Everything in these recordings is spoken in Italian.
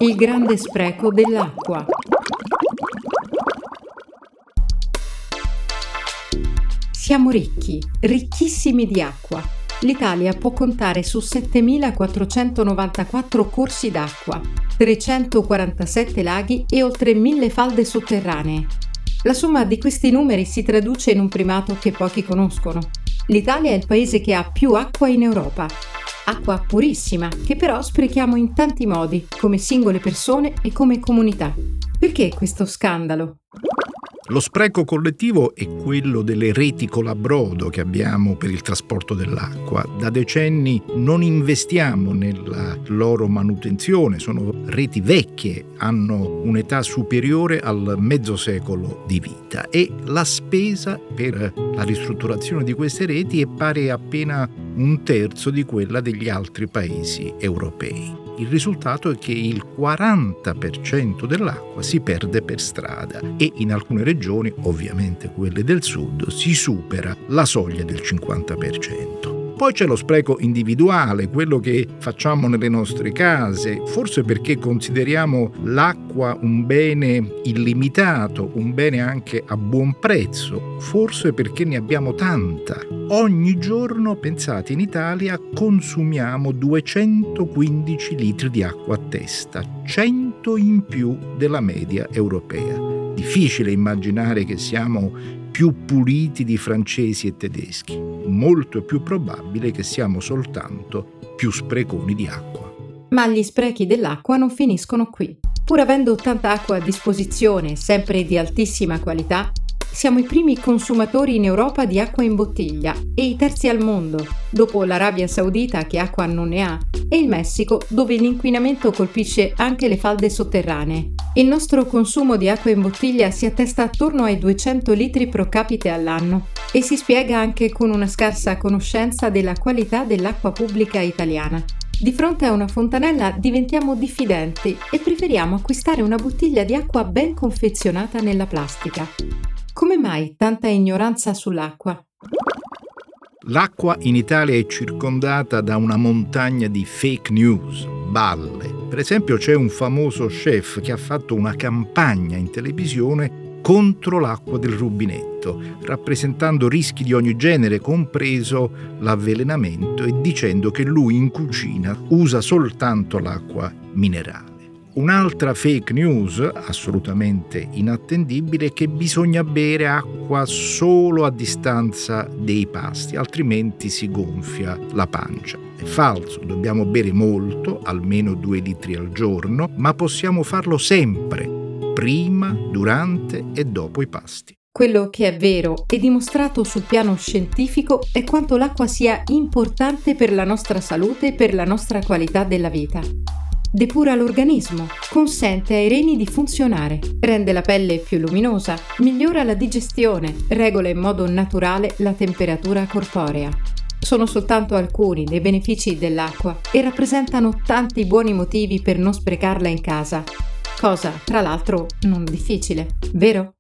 Il grande spreco dell'acqua. Siamo ricchi, ricchissimi di acqua. L'Italia può contare su 7.494 corsi d'acqua, 347 laghi e oltre 1.000 falde sotterranee. La somma di questi numeri si traduce in un primato che pochi conoscono. L'Italia è il paese che ha più acqua in Europa. Acqua purissima, che però sprechiamo in tanti modi, come singole persone e come comunità. Perché questo scandalo? Lo spreco collettivo è quello delle reti colabrodo che abbiamo per il trasporto dell'acqua. Da decenni non investiamo nella loro manutenzione, sono reti vecchie, hanno un'età superiore al mezzo secolo di vita e la spesa per la ristrutturazione di queste reti è pari a appena un terzo di quella degli altri paesi europei. Il risultato è che il 40% dell'acqua si perde per strada e in alcune regioni, ovviamente quelle del sud, si supera la soglia del 50%. Poi c'è lo spreco individuale, quello che facciamo nelle nostre case, forse perché consideriamo l'acqua un bene illimitato, un bene anche a buon prezzo, forse perché ne abbiamo tanta. Ogni giorno, pensate, in Italia consumiamo 215 litri di acqua a testa, 100 in più della media europea. Difficile immaginare che siamo più puliti di francesi e tedeschi. Molto più probabile che siamo soltanto più spreconi di acqua. Ma gli sprechi dell'acqua non finiscono qui. Pur avendo tanta acqua a disposizione, sempre di altissima qualità, siamo i primi consumatori in Europa di acqua in bottiglia e i terzi al mondo, dopo l'Arabia Saudita che acqua non ne ha e il Messico dove l'inquinamento colpisce anche le falde sotterranee. Il nostro consumo di acqua in bottiglia si attesta attorno ai 200 litri pro capite all'anno e si spiega anche con una scarsa conoscenza della qualità dell'acqua pubblica italiana. Di fronte a una fontanella diventiamo diffidenti e preferiamo acquistare una bottiglia di acqua ben confezionata nella plastica. Come mai tanta ignoranza sull'acqua? L'acqua in Italia è circondata da una montagna di fake news, balle. Per esempio c'è un famoso chef che ha fatto una campagna in televisione contro l'acqua del rubinetto, rappresentando rischi di ogni genere, compreso l'avvelenamento, e dicendo che lui in cucina usa soltanto l'acqua minerale. Un'altra fake news, assolutamente inattendibile, è che bisogna bere acqua solo a distanza dei pasti, altrimenti si gonfia la pancia. È falso, dobbiamo bere molto, almeno 2 litri al giorno, ma possiamo farlo sempre, prima, durante e dopo i pasti. Quello che è vero e dimostrato sul piano scientifico è quanto l'acqua sia importante per la nostra salute e per la nostra qualità della vita. Depura l'organismo, consente ai reni di funzionare, rende la pelle più luminosa, migliora la digestione, regola in modo naturale la temperatura corporea. Sono soltanto alcuni dei benefici dell'acqua e rappresentano tanti buoni motivi per non sprecarla in casa. Cosa, tra l'altro, non difficile, vero?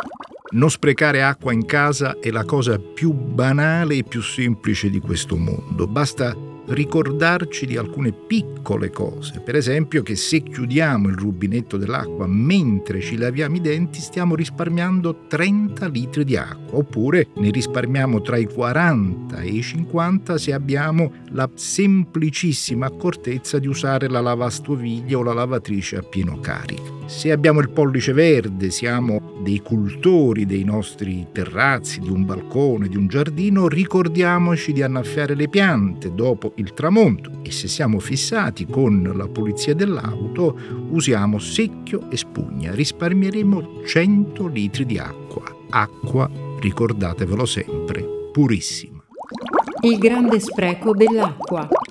Non sprecare acqua in casa è la cosa più banale e più semplice di questo mondo. Basta ricordarci di alcune piccole cose, per esempio che se chiudiamo il rubinetto dell'acqua mentre ci laviamo i denti stiamo risparmiando 30 litri di acqua, oppure ne risparmiamo tra i 40 e i 50 se abbiamo la semplicissima accortezza di usare la lavastoviglie o la lavatrice a pieno carico. Se abbiamo il pollice verde, siamo dei cultori dei nostri terrazzi, di un balcone, di un giardino, ricordiamoci di annaffiare le piante dopo il tramonto, e se siamo fissati con la pulizia dell'auto usiamo secchio e spugna, risparmieremo 100 litri di acqua. Acqua, ricordatevelo sempre, purissima. Il grande spreco dell'acqua.